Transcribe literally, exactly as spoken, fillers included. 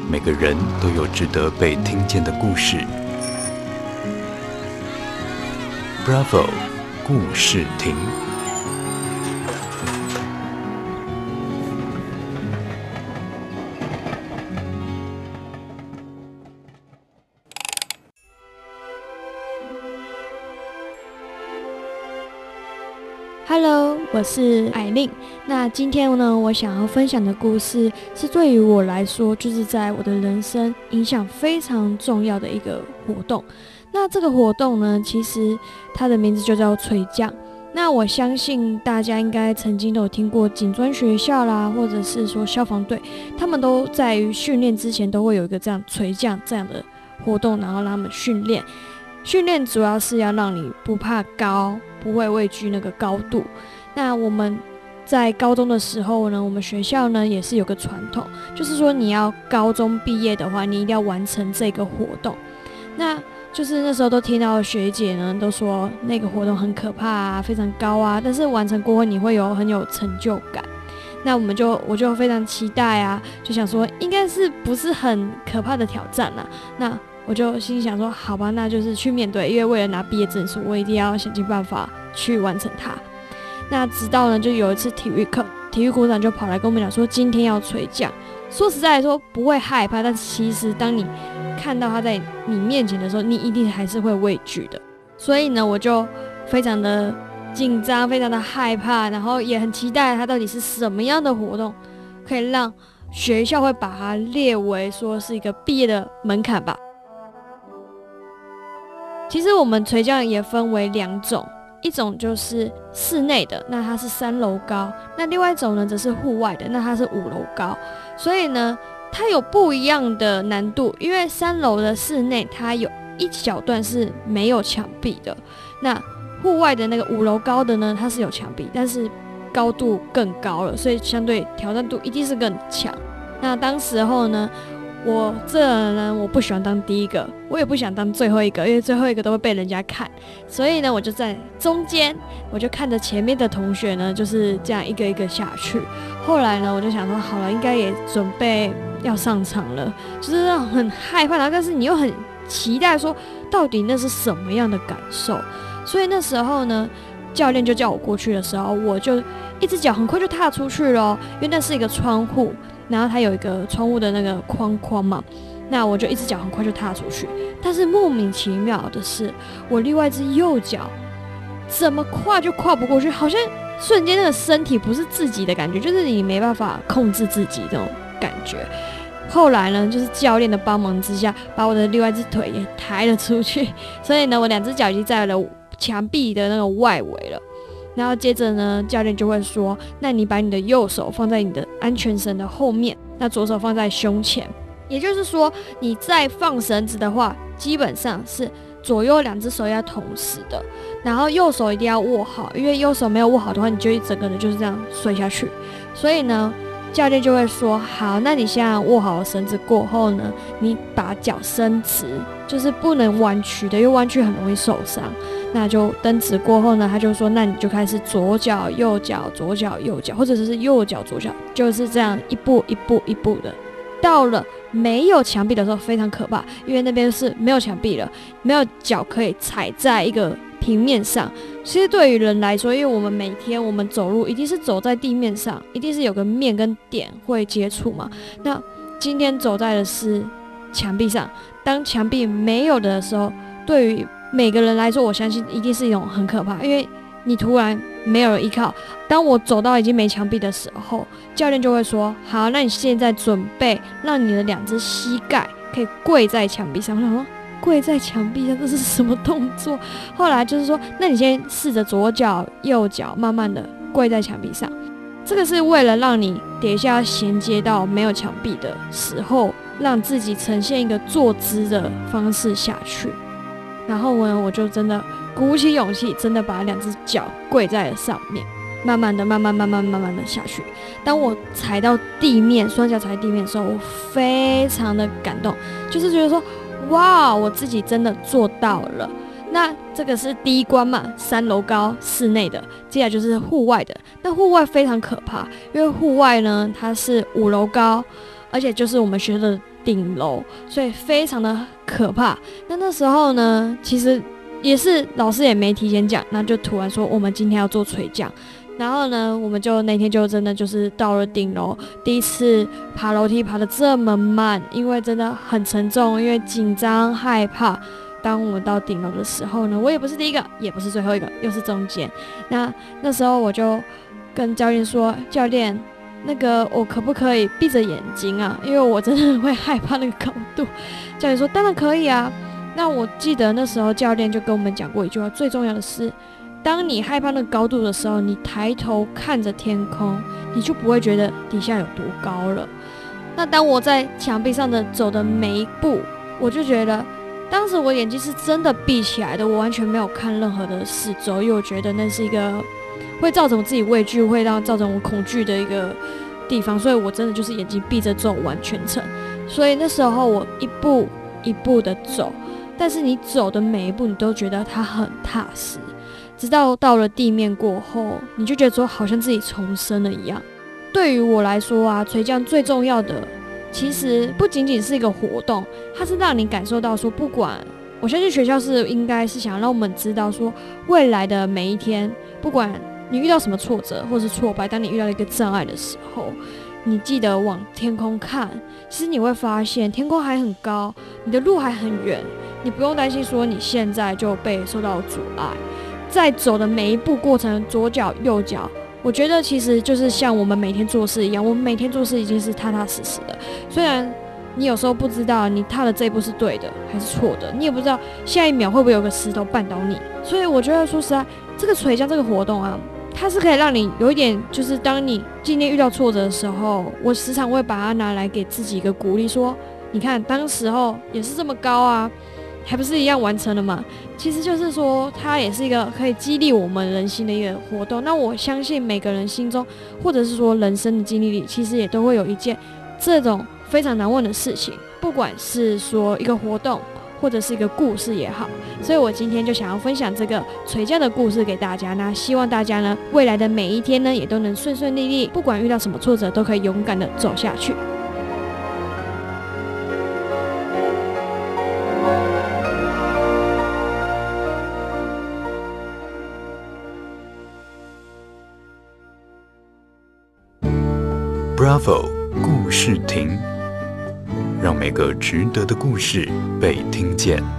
每个人都有值得被听见的故事。Bravo 故事亭。 Hello， 我是艾琳。那今天呢，我想要分享的故事是对于我来说，就是在我的人生影响非常重要的一个活动。那这个活动呢，其实它的名字就叫垂降。那我相信大家应该曾经都有听过警专学校啦，或者是说消防队，他们都在于训练之前都会有一个这样垂降这样的活动，然后让他们训练。训练主要是要让你不怕高，不会畏惧那个高度。那我们在高中的时候呢，我们学校呢也是有个传统，就是说你要高中毕业的话，你一定要完成这个活动。那就是那时候都听到学姐呢都说那个活动很可怕啊，非常高啊，但是完成过后你会有很有成就感。那我们就我就非常期待啊，就想说应该是不是很可怕的挑战啊。那我就心里想说，好吧，那就是去面对，因为为了拿毕业证书，我一定要想尽办法去完成它。那直到呢，就有一次体育课，体育股长就跑来跟我们讲说，今天要垂降。说实在来说，不会害怕，但其实当你看到他在你面前的时候，你一定还是会畏惧的。所以呢，我就非常的紧张，非常的害怕，然后也很期待他到底是什么样的活动，可以让学校会把它列为说是一个毕业的门槛吧。其实我们垂降也分为两种，一种就是室内的，那它是三楼高；那另外一种呢，则是户外的，那它是五楼高。所以呢，它有不一样的难度，因为三楼的室内它有一小段是没有墙壁的，那户外的那个五楼高的呢，它是有墙壁，但是高度更高了，所以相对挑战度一定是更强。那当时候呢，我这人我不喜欢当第一个，我也不想当最后一个，因为最后一个都会被人家看，所以呢，我就在中间，我就看着前面的同学呢，就是这样一个一个下去。后来呢，我就想说，好了，应该也准备要上场了，就是让很害怕，然后但是你又很期待说，到底那是什么样的感受？所以那时候呢，教练就叫我过去的时候，我就一只脚很快就踏出去了，因为那是一个窗户。然后它有一个窗户的那个框框嘛，那我就一只脚很快就踏出去，但是莫名其妙的是，我另外一只右脚怎么跨就跨不过去，好像瞬间那个身体不是自己的感觉，就是你没办法控制自己这种感觉。后来呢，就是教练的帮忙之下，把我的另外一只腿也抬了出去，所以呢，我两只脚已经在了墙壁的那个外围了。然后接着呢，教练就会说，那你把你的右手放在你的安全绳的后面，那左手放在胸前，也就是说你在放绳子的话，基本上是左右两只手要同时的，然后右手一定要握好，因为右手没有握好的话，你就一整个人就是这样摔下去。所以呢，教练就会说，好，那你现在握好绳子过后呢，你把脚伸直，就是不能弯曲的，因为弯曲很容易受伤。那就蹬直过后呢，他就说，那你就开始左脚右脚左脚右脚，或者是右脚左脚，就是这样一步一步一步的。到了没有墙壁的时候非常可怕，因为那边是没有墙壁了，没有脚可以踩在一个平面上。其实对于人来说，因为我们每天我们走路一定是走在地面上，一定是有个面跟点会接触嘛。那今天走在的是墙壁上，当墙壁没有的时候，对于每个人来说，我相信一定是一种很可怕，因为你突然没有了依靠。当我走到已经没墙壁的时候，教练就会说，好，那你现在准备让你的两只膝盖可以跪在墙壁上。我想说，跪在墙壁上这是什么动作？后来就是说，那你先试着左脚右脚慢慢的跪在墙壁上，这个是为了让你等一下要衔接到没有墙壁的时候，让自己呈现一个坐姿的方式下去。然后呢，我就真的鼓起勇气，真的把两只脚跪在了上面，慢慢的、慢慢、慢慢、慢慢的下去。当我踩到地面，双脚踩地面的时候，我非常的感动，就是觉得说，哇，我自己真的做到了。那这个是第一关嘛，三楼高室内的，接下来就是户外的。那户外非常可怕，因为户外呢，它是五楼高， 而且就是我们学校的顶楼，所以非常的可怕。那那时候呢，其实也是老师也没提前讲，那就突然说我们今天要做垂降。然后呢，我们就那天就真的就是到了顶楼，第一次爬楼梯爬得这么慢，因为真的很沉重，因为紧张害怕。当我们到顶楼的时候呢，我也不是第一个，也不是最后一个，又是中间。那那时候我就跟教练说，教练，那个我可不可以闭着眼睛啊？因为我真的会害怕那个高度。教练说当然可以啊。那我记得那时候教练就跟我们讲过一句话，最重要的是，当你害怕那个高度的时候，你抬头看着天空，你就不会觉得底下有多高了。那当我在墙壁上的走的每一步，我就觉得当时我眼睛是真的闭起来的，我完全没有看任何的四周，因为我觉得那是一个会造成我自己畏惧，会让造成我恐惧的一个地方，所以我真的就是眼睛闭着走完全程。所以那时候我一步一步的走，但是你走的每一步你都觉得它很踏实，直到到了地面过后，你就觉得说好像自己重生了一样。对于我来说啊，垂降最重要的其实不仅仅是一个活动，它是让你感受到说，不管我相信学校是应该是想让我们知道说，未来的每一天，不管你遇到什么挫折或是挫败，当你遇到一个障碍的时候，你记得往天空看，其实你会发现天空还很高，你的路还很远，你不用担心说你现在就被受到阻碍。在走的每一步过程，左脚右脚，我觉得其实就是像我们每天做事一样，我们每天做事已经是踏踏实实的。虽然你有时候不知道你踏的这一步是对的还是错的，你也不知道下一秒会不会有个石头绊倒你。所以我觉得说实在，这个垂降这个活动啊，它是可以让你有一点，就是当你今天遇到挫折的时候，我时常会把它拿来给自己一个鼓励，说你看当时候也是这么高啊，还不是一样完成了吗？其实就是说，它也是一个可以激励我们人心的一个活动。那我相信每个人心中，或者是说人生的经历里，其实也都会有一件这种非常难忘的事情，不管是说一个活动，或者是一个故事也好。所以我今天就想要分享这个垂降的故事给大家。那希望大家呢，未来的每一天呢，也都能顺顺利利，不管遇到什么挫折，都可以勇敢的走下去。 Bravo 故事亭，让每个值得的故事被听见。